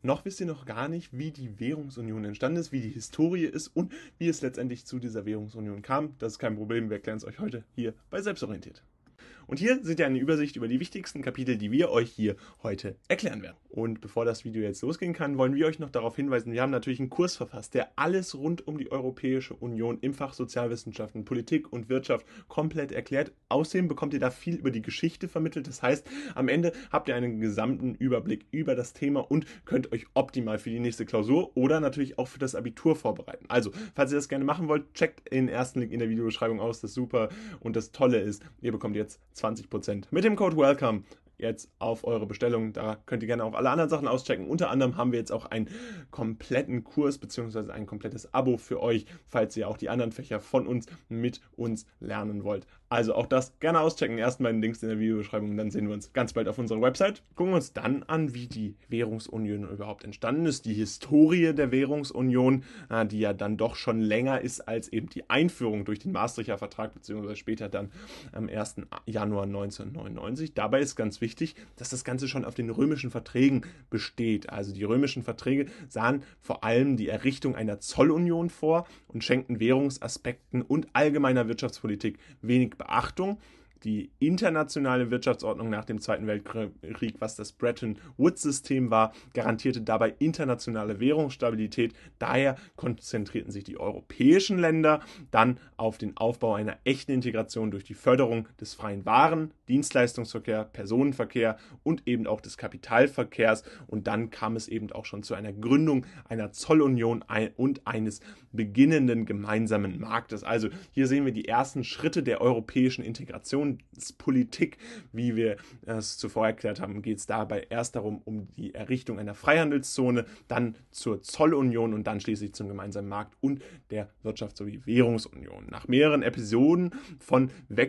noch wisst ihr noch gar nicht, wie die Währungsunion entstanden ist, wie die Historie ist und wie es letztendlich zu dieser Währungsunion kam. Das ist kein Problem, wir erklären es euch heute hier bei Selbstorientiert. Und hier seht ihr eine Übersicht über die wichtigsten Kapitel, die wir euch hier heute erklären werden. Und bevor das Video jetzt losgehen kann, wollen wir euch noch darauf hinweisen, wir haben natürlich einen Kurs verfasst, der alles rund um die Europäische Union im Fach Sozialwissenschaften, Politik und Wirtschaft komplett erklärt. Außerdem bekommt ihr da viel über die Geschichte vermittelt. Das heißt, am Ende habt ihr einen gesamten Überblick über das Thema und könnt euch optimal für die nächste Klausur oder natürlich auch für das Abitur vorbereiten. Also, falls ihr das gerne machen wollt, checkt den ersten Link in der Videobeschreibung aus. Das ist super. Und das Tolle ist, ihr bekommt jetzt 20% mit dem Code WELCOME jetzt auf eure Bestellung. Da könnt ihr gerne auch alle anderen Sachen auschecken. Unter anderem haben wir jetzt auch einen kompletten Kurs bzw. ein komplettes Abo für euch, falls ihr auch die anderen Fächer von uns mit uns lernen wollt. Also auch das gerne auschecken. Erst beiden Links in der Videobeschreibung, dann sehen wir uns ganz bald auf unserer Website. Gucken wir uns dann an, wie die Währungsunion überhaupt entstanden ist. Die Historie der Währungsunion, die ja dann doch schon länger ist als eben die Einführung durch den Maastrichter Vertrag bzw. später dann am 1. Januar 1999. Dabei ist ganz wichtig, dass das Ganze schon auf den römischen Verträgen besteht. Also die römischen Verträge sahen vor allem die Errichtung einer Zollunion vor und schenkten Währungsaspekten und allgemeiner Wirtschaftspolitik wenig Beachtung. Die internationale Wirtschaftsordnung nach dem Zweiten Weltkrieg, was das Bretton-Woods-System war, garantierte dabei internationale Währungsstabilität. Daher konzentrierten sich die europäischen Länder dann auf den Aufbau einer echten Integration durch die Förderung des freien Waren-, Dienstleistungsverkehr, Personenverkehr und eben auch des Kapitalverkehrs. Und dann kam es eben auch schon zu einer Gründung einer Zollunion und eines beginnenden gemeinsamen Marktes. Also hier sehen wir die ersten Schritte der europäischen Integrationspolitik. Wie wir es zuvor erklärt haben, geht es dabei erst darum, um die Errichtung einer Freihandelszone, dann zur Zollunion und dann schließlich zum gemeinsamen Markt und der Wirtschafts- sowie Währungsunion. Nach mehreren Episoden von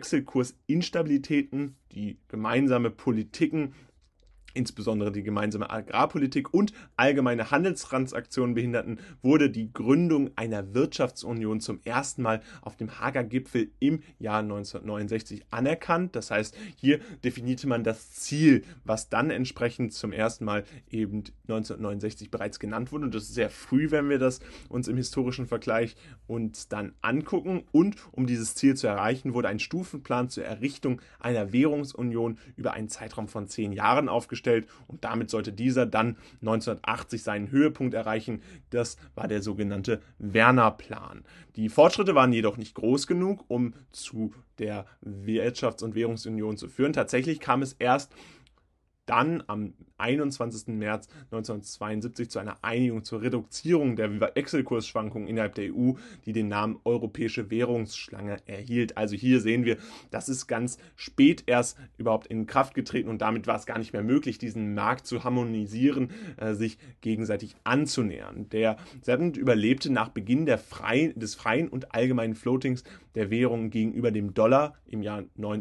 Wechselkursinstabilitäten, die gemeinsame Politiken, insbesondere die gemeinsame Agrarpolitik und allgemeine Handelstransaktionen behinderten, wurde die Gründung einer Wirtschaftsunion zum ersten Mal auf dem Haager Gipfel im Jahr 1969 anerkannt. Das heißt, hier definierte man das Ziel, was dann entsprechend zum ersten Mal eben 1969 bereits genannt wurde. Und das ist sehr früh, wenn wir das uns im historischen Vergleich uns dann angucken. Und um dieses Ziel zu erreichen, wurde ein Stufenplan zur Errichtung einer Währungsunion über einen Zeitraum von 10 Jahren aufgestellt. Und damit sollte dieser dann 1980 seinen Höhepunkt erreichen. Das war der sogenannte Werner-Plan. Die Fortschritte waren jedoch nicht groß genug, um zu der Wirtschafts- und Währungsunion zu führen. Tatsächlich kam es erst dann am 21. März 1972 zu einer Einigung zur Reduzierung der Wechselkursschwankungen innerhalb der EU, die den Namen Europäische Währungsschlange erhielt. Also hier sehen wir, das ist ganz spät erst überhaupt in Kraft getreten und damit war es gar nicht mehr möglich, diesen Markt zu harmonisieren, sich gegenseitig anzunähern. Der Cent überlebte nach Beginn des freien und allgemeinen Floatings der Währung gegenüber dem Dollar im Jahr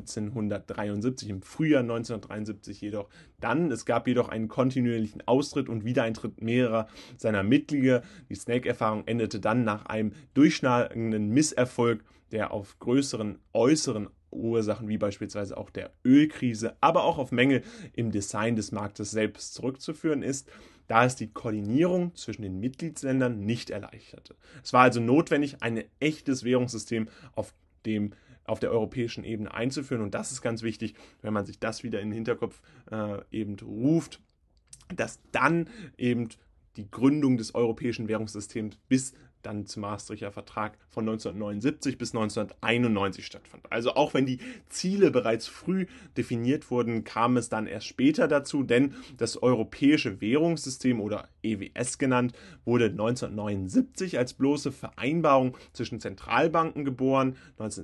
1973, im Frühjahr 1973 jedoch dann. Es gab jedoch einen kontinuierlichen Austritt und Wiedereintritt mehrerer seiner Mitglieder. Die Snake-Erfahrung endete dann nach einem durchschlagenden Misserfolg, der auf größeren äußeren Ursachen wie beispielsweise auch der Ölkrise, aber auch auf Mängel im Design des Marktes selbst zurückzuführen ist, da es die Koordinierung zwischen den Mitgliedsländern nicht erleichterte. Es war also notwendig, ein echtes Währungssystem auf der europäischen Ebene einzuführen. Und das ist ganz wichtig, wenn man sich das wieder in den Hinterkopf eben ruft, dass dann eben die Gründung des europäischen Währungssystems bis dann zum Maastrichter Vertrag von 1979 bis 1991 stattfand. Also auch wenn die Ziele bereits früh definiert wurden, kam es dann erst später dazu, denn das europäische Währungssystem oder EWS genannt, wurde 1979 als bloße Vereinbarung zwischen Zentralbanken geboren.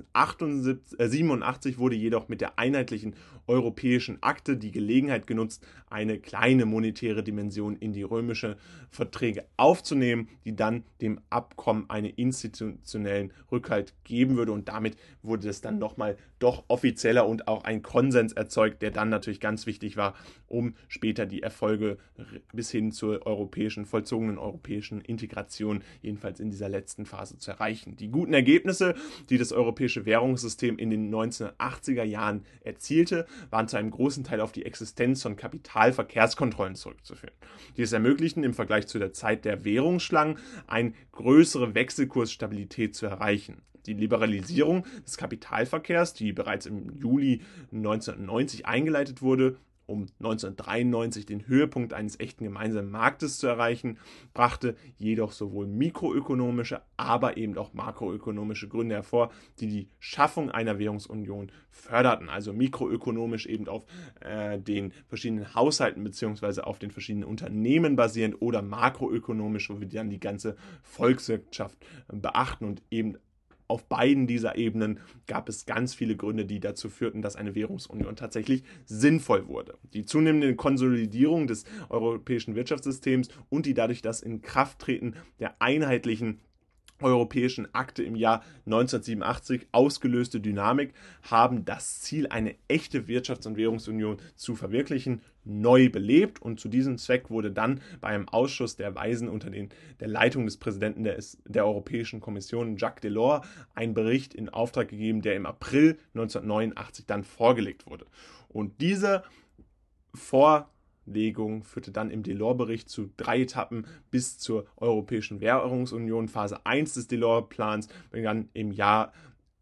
1987 wurde jedoch mit der einheitlichen europäischen Akte die Gelegenheit genutzt, eine kleine monetäre Dimension in die römische Verträge aufzunehmen, die dann dem Abkommen einen institutionellen Rückhalt geben würde und damit wurde es dann nochmal doch offizieller und auch ein Konsens erzeugt, der dann natürlich ganz wichtig war, um später die Erfolge bis hin zur vollzogenen europäischen Integration, jedenfalls in dieser letzten Phase, zu erreichen. Die guten Ergebnisse, die das europäische Währungssystem in den 1980er Jahren erzielte, waren zu einem großen Teil auf die Existenz von Kapitalverkehrskontrollen zurückzuführen. Die es ermöglichten, im Vergleich zu der Zeit der Währungsschlangen eine größere Wechselkursstabilität zu erreichen. Die Liberalisierung des Kapitalverkehrs, die bereits im Juli 1990 eingeleitet wurde, um 1993 den Höhepunkt eines echten gemeinsamen Marktes zu erreichen, brachte jedoch sowohl mikroökonomische, aber eben auch makroökonomische Gründe hervor, die die Schaffung einer Währungsunion förderten. Also mikroökonomisch eben auf den verschiedenen Haushalten bzw. auf den verschiedenen Unternehmen basierend oder makroökonomisch, wo wir dann die ganze Volkswirtschaft beachten und eben auf beiden dieser Ebenen gab es ganz viele Gründe, die dazu führten, dass eine Währungsunion tatsächlich sinnvoll wurde. Die zunehmende Konsolidierung des europäischen Wirtschaftssystems und die dadurch das Inkrafttreten der einheitlichen europäischen Akte im Jahr 1987 ausgelöste Dynamik haben das Ziel, eine echte Wirtschafts- und Währungsunion zu verwirklichen, neu belebt, und zu diesem Zweck wurde dann bei einem Ausschuss der Weisen unter der Leitung des Präsidenten der Europäischen Kommission, Jacques Delors, ein Bericht in Auftrag gegeben, der im April 1989 dann vorgelegt wurde. Und diese Vorlegung führte dann im Delors-Bericht zu 3 Etappen bis zur Europäischen Währungsunion. Phase 1 des Delors-Plans begann im Jahr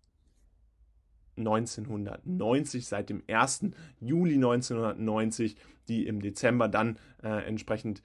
1990, seit dem 1. Juli 1990, die im Dezember dann entsprechend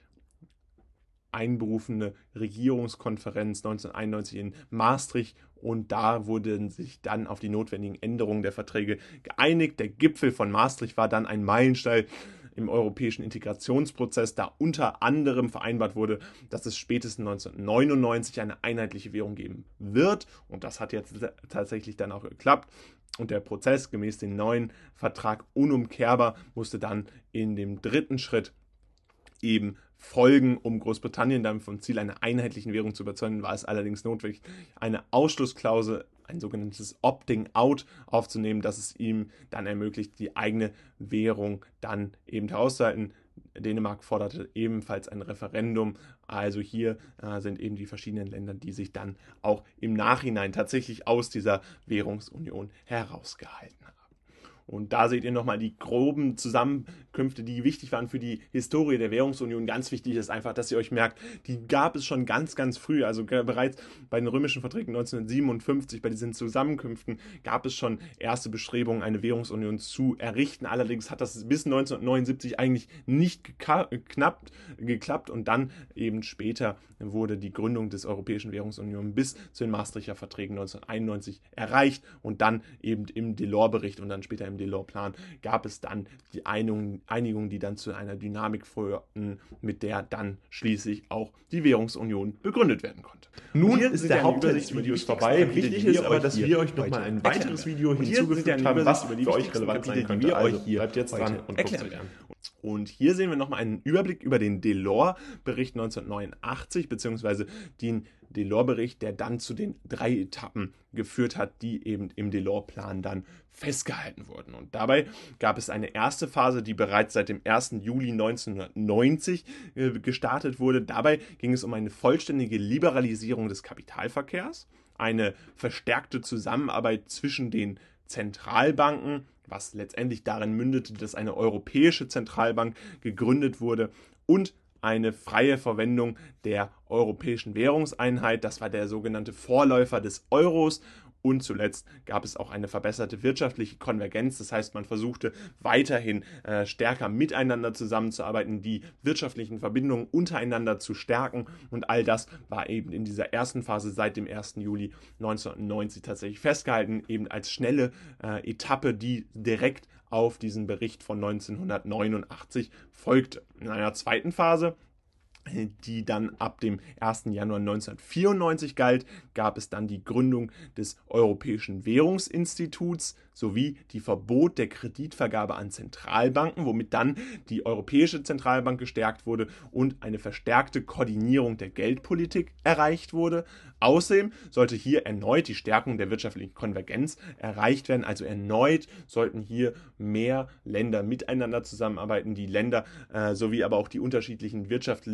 einberufene Regierungskonferenz 1991 in Maastricht, und da wurden sich dann auf die notwendigen Änderungen der Verträge geeinigt. Der Gipfel von Maastricht war dann ein Meilenstein im europäischen Integrationsprozess, da unter anderem vereinbart wurde, dass es spätestens 1999 eine einheitliche Währung geben wird, und das hat jetzt tatsächlich dann auch geklappt. Und der Prozess gemäß dem neuen Vertrag unumkehrbar musste dann in dem 3. Schritt eben folgen. Um Großbritannien dann vom Ziel einer einheitlichen Währung zu überzeugen, war es allerdings notwendig, eine Ausschlussklausel, ein sogenanntes Opting-out aufzunehmen, das es ihm dann ermöglicht, die eigene Währung dann eben herauszuhalten. Dänemark forderte ebenfalls ein Referendum. Also hier sind eben die verschiedenen Länder, die sich dann auch im Nachhinein tatsächlich aus dieser Währungsunion herausgehalten haben. Und da seht ihr nochmal die groben Zusammenkünfte, die wichtig waren für die Historie der Währungsunion. Ganz wichtig ist einfach, dass ihr euch merkt, die gab es schon ganz, ganz früh. Also bereits bei den römischen Verträgen 1957, bei diesen Zusammenkünften, gab es schon erste Bestrebungen, eine Währungsunion zu errichten. Allerdings hat das bis 1979 eigentlich nicht geklappt, und dann eben später wurde die Gründung des Europäischen Währungsunion bis zu den Maastrichter Verträgen 1991 erreicht, und dann eben im Delors-Bericht und dann später im Delors-Plan gab es dann die Einigung, die dann zu einer Dynamik führten, mit der dann schließlich auch die Währungsunion begründet werden konnte. Nun ist der Hauptteil des Videos vorbei. Wichtig ist aber, dass wir euch nochmal ein weiteres Video hinzugefügt haben, was für euch relevant sein könnte. Also bleibt jetzt dran und guckt es euch an. Und hier sehen wir nochmal einen Überblick über den Delors-Bericht 1989, beziehungsweise den Delors-Bericht, der dann zu den 3 Etappen geführt hat, die eben im Delors-Plan dann festgehalten wurden. Und dabei gab es eine erste Phase, die bereits seit dem 1. Juli 1990 gestartet wurde. Dabei ging es um eine vollständige Liberalisierung des Kapitalverkehrs, eine verstärkte Zusammenarbeit zwischen den Zentralbanken, was letztendlich darin mündete, dass eine europäische Zentralbank gegründet wurde, und eine freie Verwendung der europäischen Währungseinheit. Das war der sogenannte Vorläufer des Euros. Und zuletzt gab es auch eine verbesserte wirtschaftliche Konvergenz. Das heißt, man versuchte weiterhin stärker miteinander zusammenzuarbeiten, die wirtschaftlichen Verbindungen untereinander zu stärken. Und all das war eben in dieser ersten Phase seit dem 1. Juli 1990 tatsächlich festgehalten, eben als schnelle Etappe, die direkt auf diesen Bericht von 1989 folgte. In einer zweiten Phase, die dann ab dem 1. Januar 1994 galt, gab es dann die Gründung des Europäischen Währungsinstituts sowie die Verbot der Kreditvergabe an Zentralbanken, womit dann die Europäische Zentralbank gestärkt wurde und eine verstärkte Koordinierung der Geldpolitik erreicht wurde. Außerdem sollte hier erneut die Stärkung der wirtschaftlichen Konvergenz erreicht werden, also erneut sollten hier mehr Länder miteinander zusammenarbeiten. Die Länder sowie aber auch die unterschiedlichen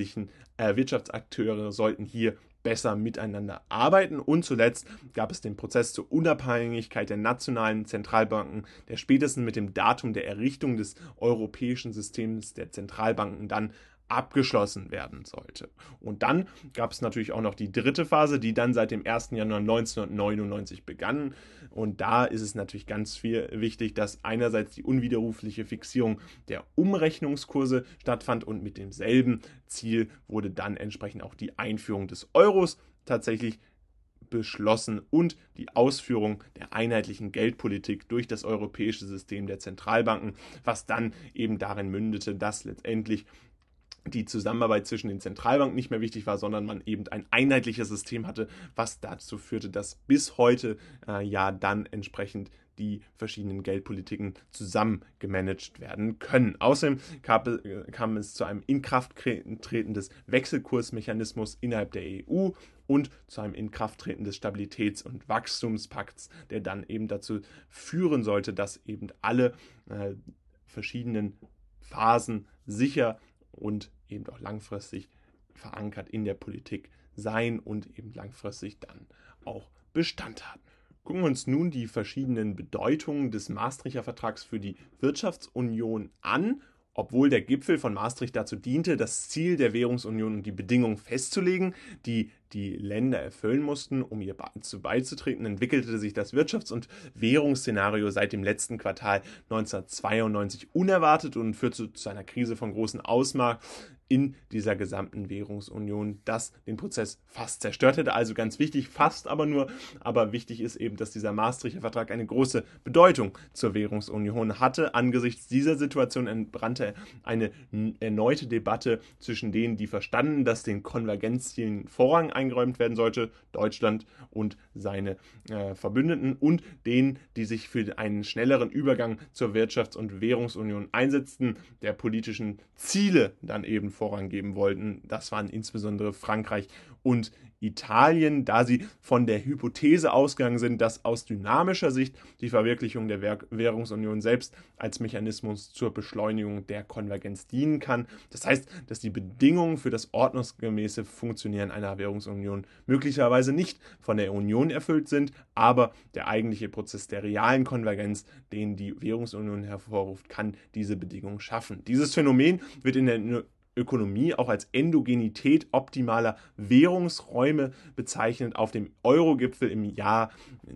Wirtschaftsakteure sollten hier besser miteinander arbeiten. Und zuletzt gab es den Prozess zur Unabhängigkeit der nationalen Zentralbanken, der spätestens mit dem Datum der Errichtung des europäischen Systems der Zentralbanken dann abgeschlossen werden sollte. Und dann gab es natürlich auch noch die dritte Phase, die dann seit dem 1. Januar 1999 begann. Und da ist es natürlich ganz wichtig, dass einerseits die unwiderrufliche Fixierung der Umrechnungskurse stattfand und mit demselben Ziel wurde dann entsprechend auch die Einführung des Euros tatsächlich beschlossen und die Ausführung der einheitlichen Geldpolitik durch das europäische System der Zentralbanken, was dann eben darin mündete, dass letztendlich die Zusammenarbeit zwischen den Zentralbanken nicht mehr wichtig war, sondern man eben ein einheitliches System hatte, was dazu führte, dass bis heute dann entsprechend die verschiedenen Geldpolitiken zusammen gemanagt werden können. Außerdem kam es zu einem Inkrafttreten des Wechselkursmechanismus innerhalb der EU und zu einem Inkrafttreten des Stabilitäts- und Wachstumspakts, der dann eben dazu führen sollte, dass eben alle verschiedenen Phasen sicher und eben auch langfristig verankert in der Politik sein und eben langfristig dann auch Bestand haben. Gucken wir uns nun die verschiedenen Bedeutungen des Maastrichter Vertrags für die Wirtschaftsunion an. Obwohl der Gipfel von Maastricht dazu diente, das Ziel der Währungsunion und die Bedingungen festzulegen, die die Länder erfüllen mussten, um ihr beizutreten, entwickelte sich das Wirtschafts- und Währungsszenario seit dem letzten Quartal 1992 unerwartet und führte zu einer Krise von großem Ausmaß in dieser gesamten Währungsunion, das den Prozess fast zerstört hätte. Also ganz wichtig, fast aber nur. Aber wichtig ist eben, dass dieser Maastrichter Vertrag eine große Bedeutung zur Währungsunion hatte. Angesichts dieser Situation entbrannte eine erneute Debatte zwischen denen, die verstanden, dass den Konvergenzzielen Vorrang eingeräumt werden sollte, Deutschland und seine Verbündeten, und denen, die sich für einen schnelleren Übergang zur Wirtschafts- und Währungsunion einsetzten, der politischen Ziele dann eben Vorrang geben wollten. Das waren insbesondere Frankreich und Italien, da sie von der Hypothese ausgegangen sind, dass aus dynamischer Sicht die Verwirklichung der Währungsunion selbst als Mechanismus zur Beschleunigung der Konvergenz dienen kann. Das heißt, dass die Bedingungen für das ordnungsgemäße Funktionieren einer Währungsunion möglicherweise nicht von der Union erfüllt sind, aber der eigentliche Prozess der realen Konvergenz, den die Währungsunion hervorruft, kann diese Bedingungen schaffen. Dieses Phänomen wird in der Ökonomie auch als Endogenität optimaler Währungsräume bezeichnet. Auf dem Euro-Gipfel im Jahr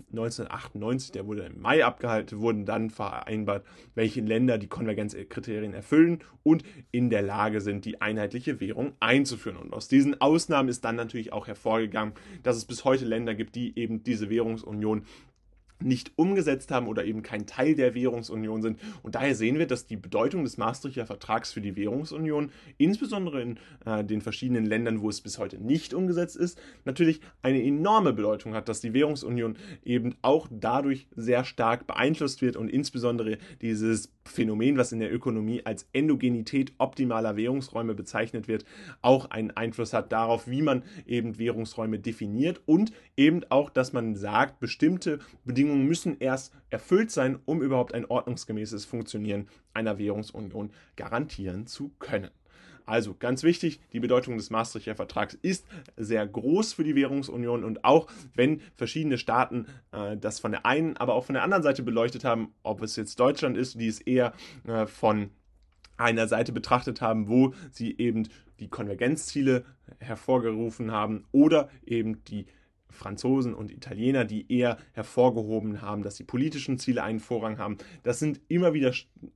1998, der wurde im Mai abgehalten, wurden dann vereinbart, welche Länder die Konvergenzkriterien erfüllen und in der Lage sind, die einheitliche Währung einzuführen. Und aus diesen Ausnahmen ist dann natürlich auch hervorgegangen, dass es bis heute Länder gibt, die eben diese Währungsunion nicht umgesetzt haben oder eben kein Teil der Währungsunion sind. Und daher sehen wir, dass die Bedeutung des Maastrichter Vertrags für die Währungsunion, insbesondere in den verschiedenen Ländern, wo es bis heute nicht umgesetzt ist, natürlich eine enorme Bedeutung hat, dass die Währungsunion eben auch dadurch sehr stark beeinflusst wird und insbesondere dieses Phänomen, was in der Ökonomie als Endogenität optimaler Währungsräume bezeichnet wird, auch einen Einfluss hat darauf, wie man eben Währungsräume definiert und eben auch, dass man sagt, bestimmte Bedingungen müssen erst erfüllt sein, um überhaupt ein ordnungsgemäßes Funktionieren einer Währungsunion garantieren zu können. Also ganz wichtig, die Bedeutung des Maastrichter Vertrags ist sehr groß für die Währungsunion, und auch wenn verschiedene Staaten das von der einen, aber auch von der anderen Seite beleuchtet haben, ob es jetzt Deutschland ist, die es eher von einer Seite betrachtet haben, wo sie eben die Konvergenzziele hervorgerufen haben, oder eben die Franzosen und Italiener, die eher hervorgehoben haben, dass die politischen Ziele einen Vorrang haben. Das ist immer wieder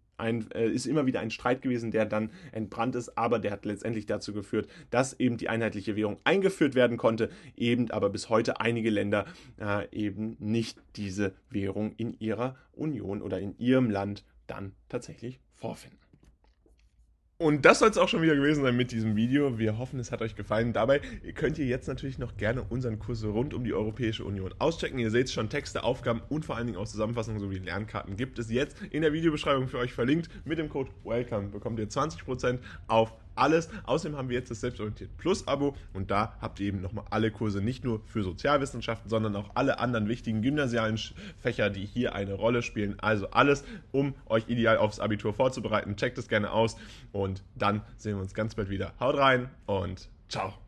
ein Streit gewesen, der dann entbrannt ist, aber der hat letztendlich dazu geführt, dass eben die einheitliche Währung eingeführt werden konnte, eben aber bis heute einige Länder eben nicht diese Währung in ihrer Union oder in ihrem Land dann tatsächlich vorfinden. Und das soll es auch schon wieder gewesen sein mit diesem Video. Wir hoffen, es hat euch gefallen. Dabei könnt ihr jetzt natürlich noch gerne unseren Kurs rund um die Europäische Union auschecken. Ihr seht schon, Texte, Aufgaben und vor allen Dingen auch Zusammenfassungen sowie Lernkarten gibt es jetzt in der Videobeschreibung für euch verlinkt. Mit dem Code WELCOME bekommt ihr 20% auf alles. Außerdem haben wir jetzt das Selbstorientiert Plus Abo und da habt ihr eben nochmal alle Kurse, nicht nur für Sozialwissenschaften, sondern auch alle anderen wichtigen gymnasialen Fächer, die hier eine Rolle spielen. Also alles, um euch ideal aufs Abitur vorzubereiten. Checkt es gerne aus und dann sehen wir uns ganz bald wieder. Haut rein und ciao.